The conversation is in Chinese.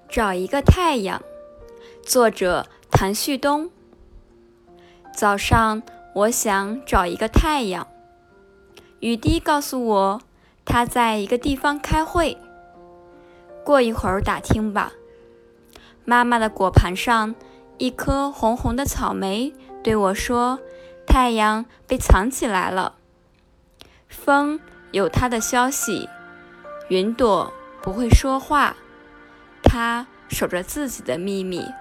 找一个太阳，作者谭旭东。早上我想找一个太阳，雨滴告诉我他在一个地方开会，过一会儿打听吧。妈妈的果盘上一颗红红的草莓对我说，太阳被藏起来了。风有它的消息，云朵不会说话，它守着自己的秘密。